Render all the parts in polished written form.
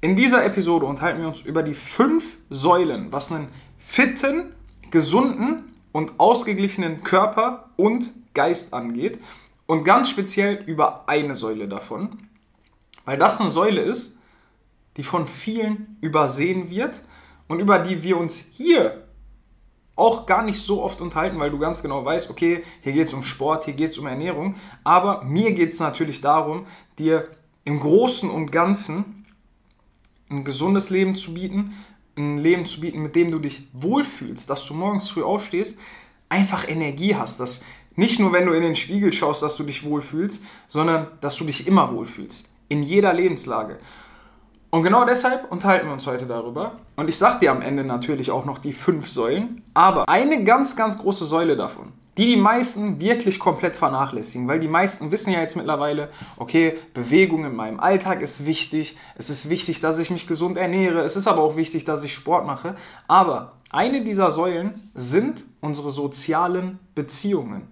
In dieser Episode unterhalten wir uns über die 5 Säulen, was einen fitten, gesunden und ausgeglichenen Körper und Geist angeht. Und ganz speziell über eine Säule davon, weil das eine Säule ist, die von vielen übersehen wird und über die wir uns hier auch gar nicht so oft unterhalten, weil du ganz genau weißt, okay, hier geht es um Sport, hier geht es um Ernährung, aber mir geht es natürlich darum, dir im Großen und Ganzen ein gesundes Leben zu bieten, ein Leben zu bieten, mit dem du dich wohlfühlst, dass du morgens früh aufstehst, einfach Energie hast, dass nicht nur, wenn du in den Spiegel schaust, dass du dich wohlfühlst, sondern dass du dich immer wohlfühlst, in jeder Lebenslage. Und genau deshalb unterhalten wir uns heute darüber. Und ich sage dir am Ende natürlich auch noch die 5 Säulen. Aber eine ganz, ganz große Säule davon, die meisten wirklich komplett vernachlässigen. Weil die meisten wissen ja jetzt mittlerweile, okay, Bewegung in meinem Alltag ist wichtig. Es ist wichtig, dass ich mich gesund ernähre. Es ist aber auch wichtig, dass ich Sport mache. Aber eine dieser Säulen sind unsere sozialen Beziehungen.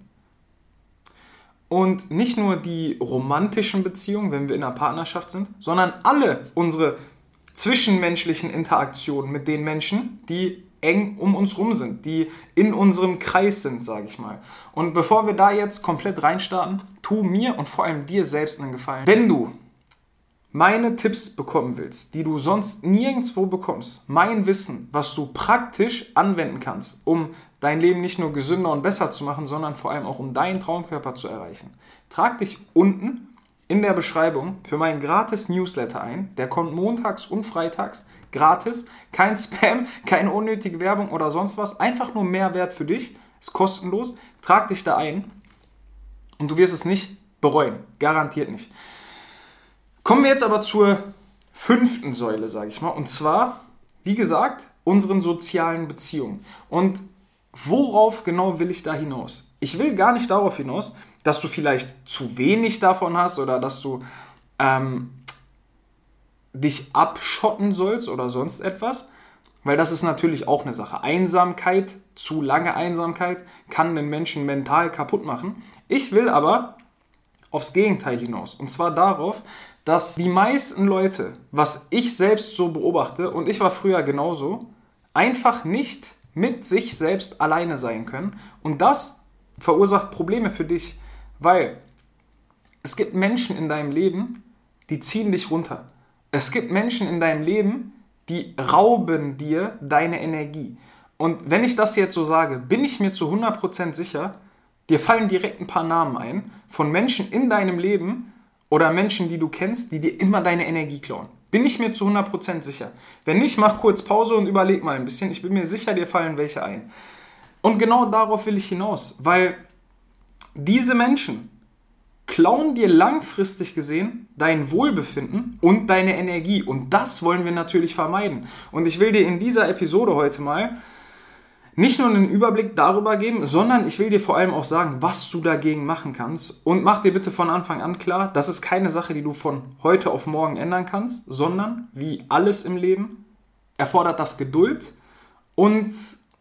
Und nicht nur die romantischen Beziehungen, wenn wir in einer Partnerschaft sind, sondern alle unsere zwischenmenschlichen Interaktionen mit den Menschen, die eng um uns rum sind, die in unserem Kreis sind, sage ich mal. Und bevor wir da jetzt komplett reinstarten, tu mir und vor allem dir selbst einen Gefallen. Wenn du meine Tipps bekommen willst, die du sonst nirgendwo bekommst, mein Wissen, was du praktisch anwenden kannst, um dein Leben nicht nur gesünder und besser zu machen, sondern vor allem auch um deinen Traumkörper zu erreichen, trag dich unten in der Beschreibung für meinen gratis Newsletter ein. Der kommt montags und freitags gratis. Kein Spam, keine unnötige Werbung oder sonst was. Einfach nur Mehrwert für dich. Ist kostenlos. Trag dich da ein und du wirst es nicht bereuen. Garantiert nicht. Kommen wir jetzt aber zur 5. Säule, sage ich mal. Und zwar, wie gesagt, unseren sozialen Beziehungen. Und worauf genau will ich da hinaus? Ich will gar nicht darauf hinaus, dass du vielleicht zu wenig davon hast oder dass du dich abschotten sollst oder sonst etwas, weil das ist natürlich auch eine Sache. Einsamkeit, zu lange Einsamkeit kann den Menschen mental kaputt machen. Ich will aber aufs Gegenteil hinaus. Und zwar darauf, dass die meisten Leute, was ich selbst so beobachte, und ich war früher genauso, einfach nicht mit sich selbst alleine sein können. Und das verursacht Probleme für dich, weil es gibt Menschen in deinem Leben, die ziehen dich runter. Es gibt Menschen in deinem Leben, die rauben dir deine Energie. Und wenn ich das jetzt so sage, bin ich mir zu 100% sicher, dir fallen direkt ein paar Namen ein von Menschen in deinem Leben oder Menschen, die du kennst, die dir immer deine Energie klauen. Bin ich mir zu 100% sicher. Wenn nicht, mach kurz Pause und überleg mal ein bisschen. Ich bin mir sicher, dir fallen welche ein. Und genau darauf will ich hinaus, weil diese Menschen klauen dir langfristig gesehen dein Wohlbefinden und deine Energie. Und das wollen wir natürlich vermeiden. Und ich will dir in dieser Episode heute mal nicht nur einen Überblick darüber geben, sondern ich will dir vor allem auch sagen, was du dagegen machen kannst. Und mach dir bitte von Anfang an klar, das ist keine Sache, die du von heute auf morgen ändern kannst, sondern wie alles im Leben erfordert das Geduld und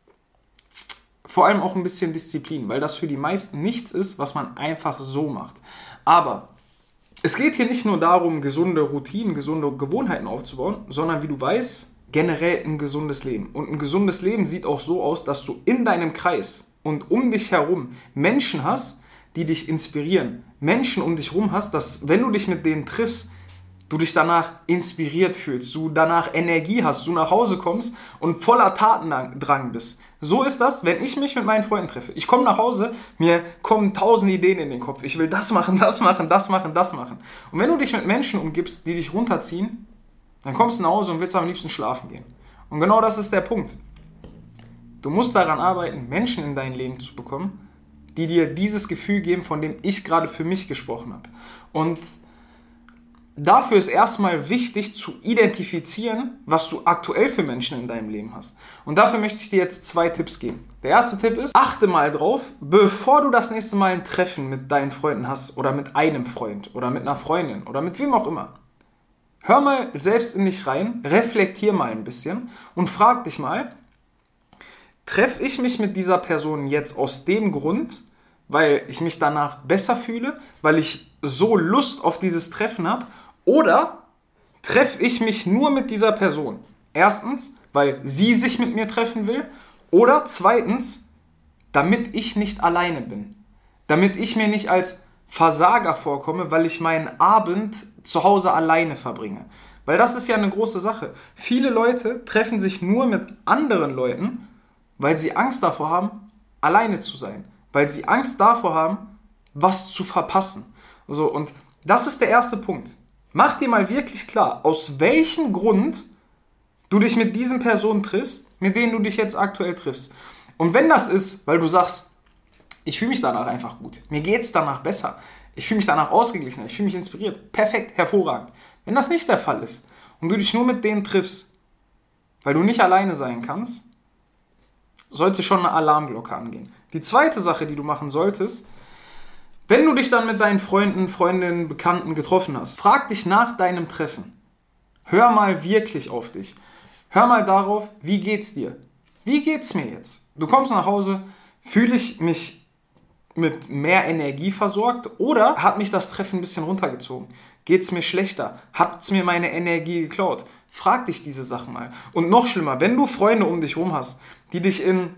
vor allem auch ein bisschen Disziplin, weil das für die meisten nichts ist, was man einfach so macht. Aber es geht hier nicht nur darum, gesunde Routinen, gesunde Gewohnheiten aufzubauen, sondern wie du weißt, generell ein gesundes Leben. Und ein gesundes Leben sieht auch so aus, dass du in deinem Kreis und um dich herum Menschen hast, die dich inspirieren. Menschen um dich herum hast, dass wenn du dich mit denen triffst, du dich danach inspiriert fühlst, du danach Energie hast, du nach Hause kommst und voller Tatendrang bist. So ist das, wenn ich mich mit meinen Freunden treffe. Ich komme nach Hause, mir kommen 1000 Ideen in den Kopf. Ich will das machen, das machen, das machen, das machen. Und wenn du dich mit Menschen umgibst, die dich runterziehen, dann kommst du nach Hause und willst am liebsten schlafen gehen. Und genau das ist der Punkt. Du musst daran arbeiten, Menschen in dein Leben zu bekommen, die dir dieses Gefühl geben, von dem ich gerade für mich gesprochen habe. Und dafür ist erstmal wichtig zu identifizieren, was du aktuell für Menschen in deinem Leben hast. Und dafür möchte ich dir jetzt 2 Tipps geben. Der erste Tipp ist, achte mal drauf, bevor du das nächste Mal ein Treffen mit deinen Freunden hast oder mit einem Freund oder mit einer Freundin oder mit wem auch immer. Hör mal selbst in dich rein, reflektier mal ein bisschen und frag dich mal, treffe ich mich mit dieser Person jetzt aus dem Grund, weil ich mich danach besser fühle, weil ich so Lust auf dieses Treffen habe, oder treffe ich mich nur mit dieser Person? Erstens, weil sie sich mit mir treffen will. Oder zweitens, damit ich nicht alleine bin. Damit ich mir nicht als Versager vorkomme, weil ich meinen Abend zu Hause alleine verbringe. Weil das ist ja eine große Sache. Viele Leute treffen sich nur mit anderen Leuten, weil sie Angst davor haben, alleine zu sein. Weil sie Angst davor haben, was zu verpassen. So, und das ist der erste Punkt. Mach dir mal wirklich klar, aus welchem Grund du dich mit diesen Personen triffst, mit denen du dich jetzt aktuell triffst. Und wenn das ist, weil du sagst, ich fühle mich danach einfach gut, mir geht es danach besser, ich fühle mich danach ausgeglichener, ich fühle mich inspiriert, perfekt, hervorragend. Wenn das nicht der Fall ist und du dich nur mit denen triffst, weil du nicht alleine sein kannst, sollte schon eine Alarmglocke angehen. Die zweite Sache, die du machen solltest, wenn du dich dann mit deinen Freunden, Freundinnen, Bekannten getroffen hast, frag dich nach deinem Treffen. Hör mal wirklich auf dich. Hör mal darauf, wie geht's dir? Wie geht's mir jetzt? Du kommst nach Hause, fühle ich mich mit mehr Energie versorgt oder hat mich das Treffen ein bisschen runtergezogen? Geht's mir schlechter? Hat's mir meine Energie geklaut? Frag dich diese Sachen mal. Und noch schlimmer, wenn du Freunde um dich herum hast, die dich in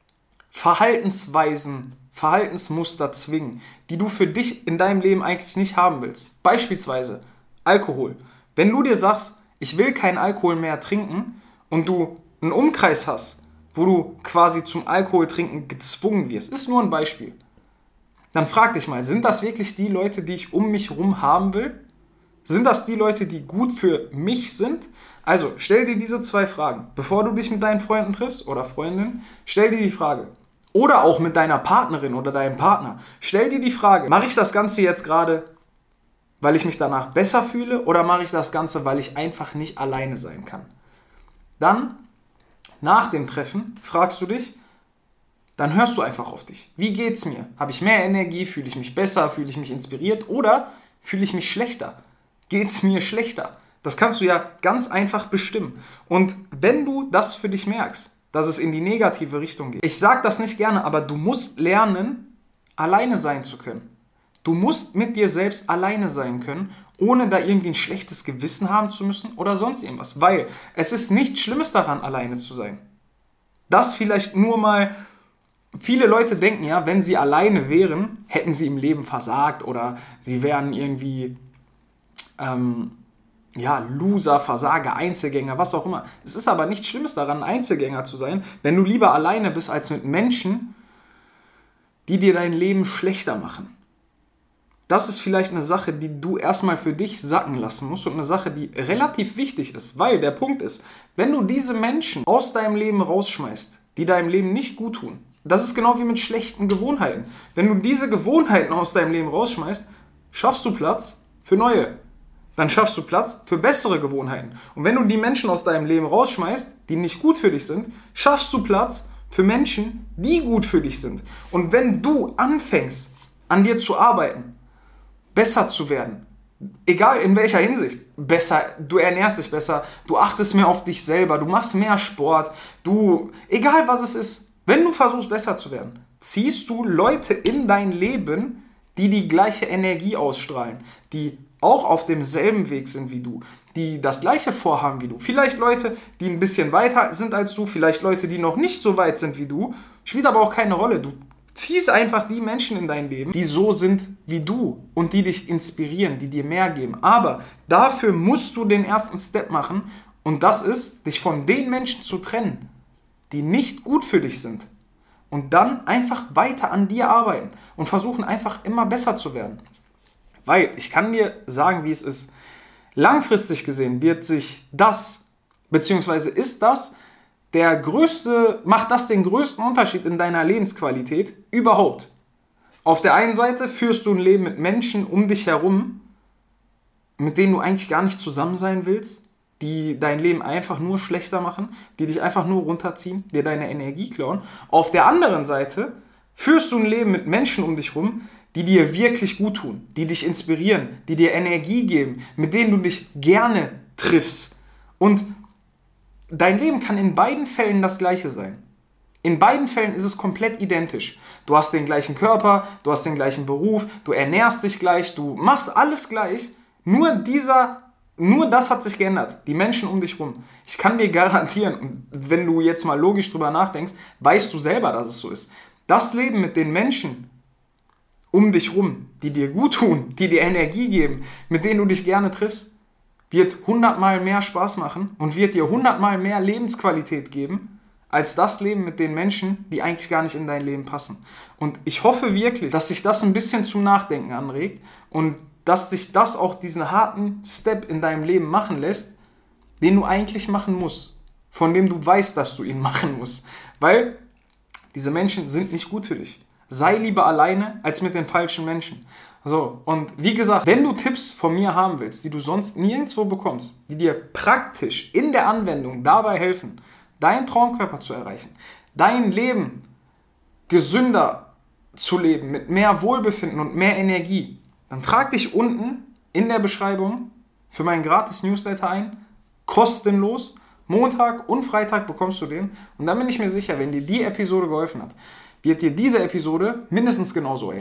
Verhaltensmuster zwingen, die du für dich in deinem Leben eigentlich nicht haben willst. Beispielsweise Alkohol. Wenn du dir sagst, ich will keinen Alkohol mehr trinken und du einen Umkreis hast, wo du quasi zum Alkoholtrinken gezwungen wirst, ist nur ein Beispiel, dann frag dich mal, sind das wirklich die Leute, die ich um mich herum haben will? Sind das die Leute, die gut für mich sind? Also stell dir diese 2 Fragen. Bevor du dich mit deinen Freunden triffst oder Freundinnen, stell dir die Frage. Oder auch mit deiner Partnerin oder deinem Partner. Stell dir die Frage, mache ich das Ganze jetzt gerade, weil ich mich danach besser fühle oder mache ich das Ganze, weil ich einfach nicht alleine sein kann? Dann, nach dem Treffen, fragst du dich, dann hörst du einfach auf dich. Wie geht's mir? Habe ich mehr Energie? Fühle ich mich besser? Fühle ich mich inspiriert? Oder fühle ich mich schlechter? Geht's mir schlechter? Das kannst du ja ganz einfach bestimmen. Und wenn du das für dich merkst, dass es in die negative Richtung geht, ich sage das nicht gerne, aber du musst lernen, alleine sein zu können. Du musst mit dir selbst alleine sein können, ohne da irgendwie ein schlechtes Gewissen haben zu müssen oder sonst irgendwas. Weil es ist nichts Schlimmes daran, alleine zu sein. Das vielleicht nur mal, viele Leute denken ja, wenn sie alleine wären, hätten sie im Leben versagt oder sie wären irgendwie Loser, Versager, Einzelgänger, was auch immer. Es ist aber nichts Schlimmes daran, ein Einzelgänger zu sein, wenn du lieber alleine bist, als mit Menschen, die dir dein Leben schlechter machen. Das ist vielleicht eine Sache, die du erstmal für dich sacken lassen musst und eine Sache, die relativ wichtig ist, weil der Punkt ist, wenn du diese Menschen aus deinem Leben rausschmeißt, die deinem Leben nicht gut tun, das ist genau wie mit schlechten Gewohnheiten. Wenn du diese Gewohnheiten aus deinem Leben rausschmeißt, schaffst du Platz für neue. Dann schaffst du Platz für bessere Gewohnheiten. Und wenn du die Menschen aus deinem Leben rausschmeißt, die nicht gut für dich sind, schaffst du Platz für Menschen, die gut für dich sind. Und wenn du anfängst, an dir zu arbeiten, besser zu werden, egal in welcher Hinsicht, besser, du ernährst dich besser, du achtest mehr auf dich selber, du machst mehr Sport, egal was es ist, wenn du versuchst, besser zu werden, ziehst du Leute in dein Leben, die die gleiche Energie ausstrahlen, die auch auf demselben Weg sind wie du, die das gleiche vorhaben wie du. Vielleicht Leute, die ein bisschen weiter sind als du, vielleicht Leute, die noch nicht so weit sind wie du, spielt aber auch keine Rolle. Du ziehst einfach die Menschen in dein Leben, die so sind wie du und die dich inspirieren, die dir mehr geben. Aber dafür musst du den ersten Step machen und das ist, dich von den Menschen zu trennen, die nicht gut für dich sind. Und dann einfach weiter an dir arbeiten und versuchen einfach immer besser zu werden. Weil, ich kann dir sagen, wie es ist, langfristig gesehen wird sich das, beziehungsweise macht das den größten Unterschied in deiner Lebensqualität überhaupt. Auf der einen Seite führst du ein Leben mit Menschen um dich herum, mit denen du eigentlich gar nicht zusammen sein willst, die dein Leben einfach nur schlechter machen, die dich einfach nur runterziehen, dir deine Energie klauen. Auf der anderen Seite führst du ein Leben mit Menschen um dich herum, die dir wirklich gut tun, die dich inspirieren, die dir Energie geben, mit denen du dich gerne triffst. Und dein Leben kann in beiden Fällen das Gleiche sein. In beiden Fällen ist es komplett identisch. Du hast den gleichen Körper, du hast den gleichen Beruf, du ernährst dich gleich, du machst alles gleich. Nur dieser Nur das hat sich geändert. Die Menschen um dich rum. Ich kann dir garantieren, und wenn du jetzt mal logisch drüber nachdenkst, weißt du selber, dass es so ist. Das Leben mit den Menschen um dich rum, die dir gut tun, die dir Energie geben, mit denen du dich gerne triffst, wird 100-mal mehr Spaß machen und wird dir 100-mal mehr Lebensqualität geben, als das Leben mit den Menschen, die eigentlich gar nicht in dein Leben passen. Und ich hoffe wirklich, dass sich das ein bisschen zum Nachdenken anregt und dass sich das auch diesen harten Step in deinem Leben machen lässt, den du eigentlich machen musst, von dem du weißt, dass du ihn machen musst. Weil diese Menschen sind nicht gut für dich. Sei lieber alleine als mit den falschen Menschen. So, und wie gesagt, wenn du Tipps von mir haben willst, die du sonst nirgendwo bekommst, die dir praktisch in der Anwendung dabei helfen, deinen Traumkörper zu erreichen, dein Leben gesünder zu leben, mit mehr Wohlbefinden und mehr Energie, dann trag dich unten in der Beschreibung für meinen gratis Newsletter ein, kostenlos. Montag und Freitag bekommst du den. Und dann bin ich mir sicher, wenn dir die Episode geholfen hat, wird dir diese Episode mindestens genauso helfen.